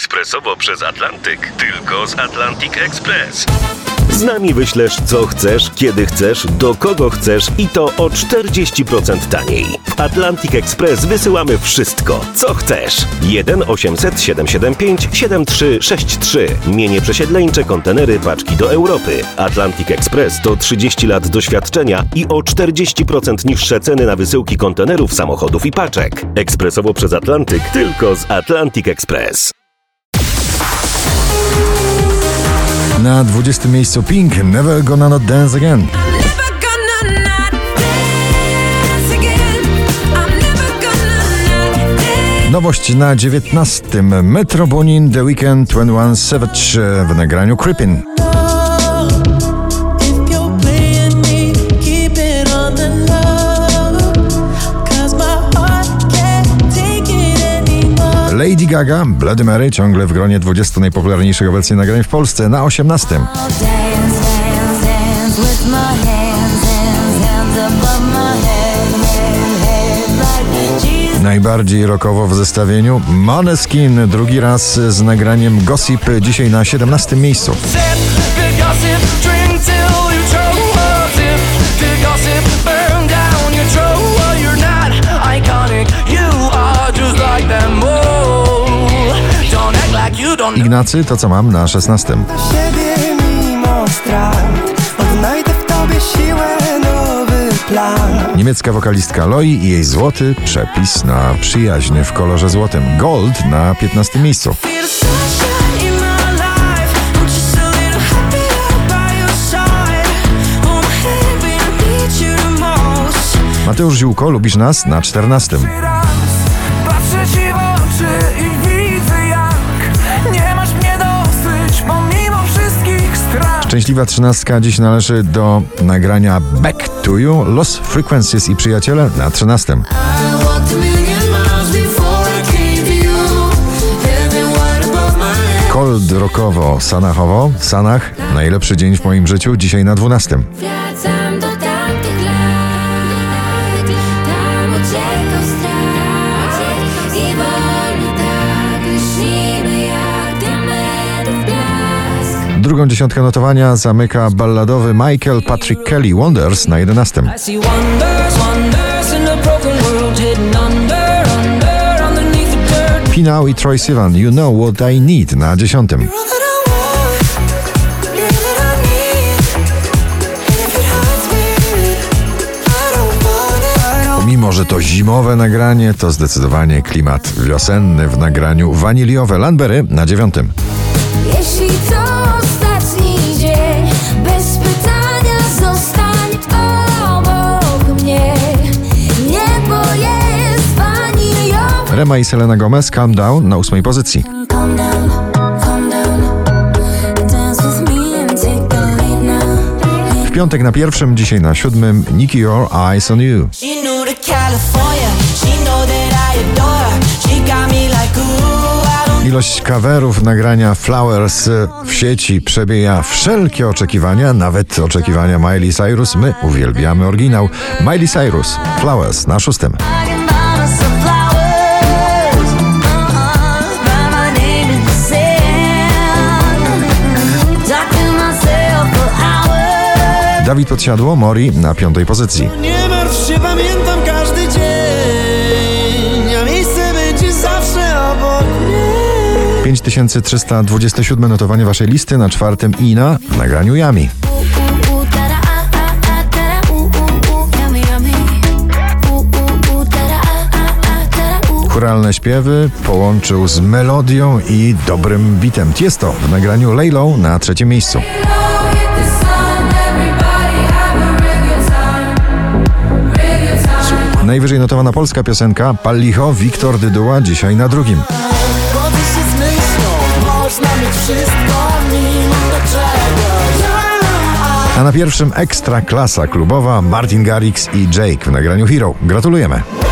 ekspresowo przez Atlantyk. Tylko z Atlantic Express. Z nami wyślesz co chcesz, kiedy chcesz, do kogo chcesz i to o 40% taniej. W Atlantic Express wysyłamy wszystko, co chcesz. 1 800 775 7363. Mienie przesiedleńcze, kontenery, paczki do Europy. Atlantic Express to 30 lat doświadczenia i o 40% niższe ceny na wysyłki kontenerów, samochodów i paczek. Ekspresowo przez Atlantyk, tylko z Atlantic Express. Na 20. miejscu Pink, Never Gonna Not Dance Again. Nowość na 19. Metro Boomin, The Weeknd, 21 Savage w nagraniu Creepin'. Lady Gaga, Bloody Mary, ciągle w gronie 20 najpopularniejszych obecnie nagrań w Polsce, na 18. Najbardziej rockowo w zestawieniu Måneskin, drugi raz z nagraniem Gossip, dzisiaj na 17. miejscu. Ignacy, To co mam, na 16. Niemiecka wokalistka Loi i jej złoty przepis na przyjaźń w kolorze złotym. Gold na 15. miejscu. Mateusz Ziółko, Lubisz nas, na 14. Szczęśliwa 13 dziś należy do nagrania Back to You, Lost Frequencies i Przyjaciele na 13. Cold rockowo, Sanachowo, Sanach, najlepszy dzień w moim życiu, dzisiaj na 12. Drugą dziesiątkę notowania zamyka balladowy Michael Patrick Kelly, Wonders, na 11. Pinał i Troye Sivan, You Know What I Need, na 10. Mimo że to zimowe nagranie, to zdecydowanie klimat wiosenny w nagraniu Waniliowe, Landberry, na 9. Jeśli to ostatni dzień, bez pytania zostań obok mnie. Niebo jest waniliowe. Rema i Selena Gomez, Calm Down, na 8. pozycji. Calm down, dance with me and take the lead now. W piątek na 1, dzisiaj na 7, Nicky Your Eyes on You. Ilość coverów nagrania Flowers w sieci przebija wszelkie oczekiwania, nawet oczekiwania Miley Cyrus. My uwielbiamy oryginał. Miley Cyrus, Flowers, na 6. Dawid Podsiadło, Mori, na 5. pozycji. Nie martw się, pamiętam każdy dzień, a miejsce będzie zawsze obok mnie. 5327 notowanie waszej listy, na 4. Ina w nagraniu Yummy. Chóralne śpiewy połączył z melodią i dobrym bitem. Tiesto w nagraniu Lay Low, na 3. miejscu. Najwyżej notowana polska piosenka Pallicho, Wiktor Dyduła, dzisiaj na 2. A na 1 ekstra klasa klubowa Martin Garrix i Jake w nagraniu Hero. Gratulujemy.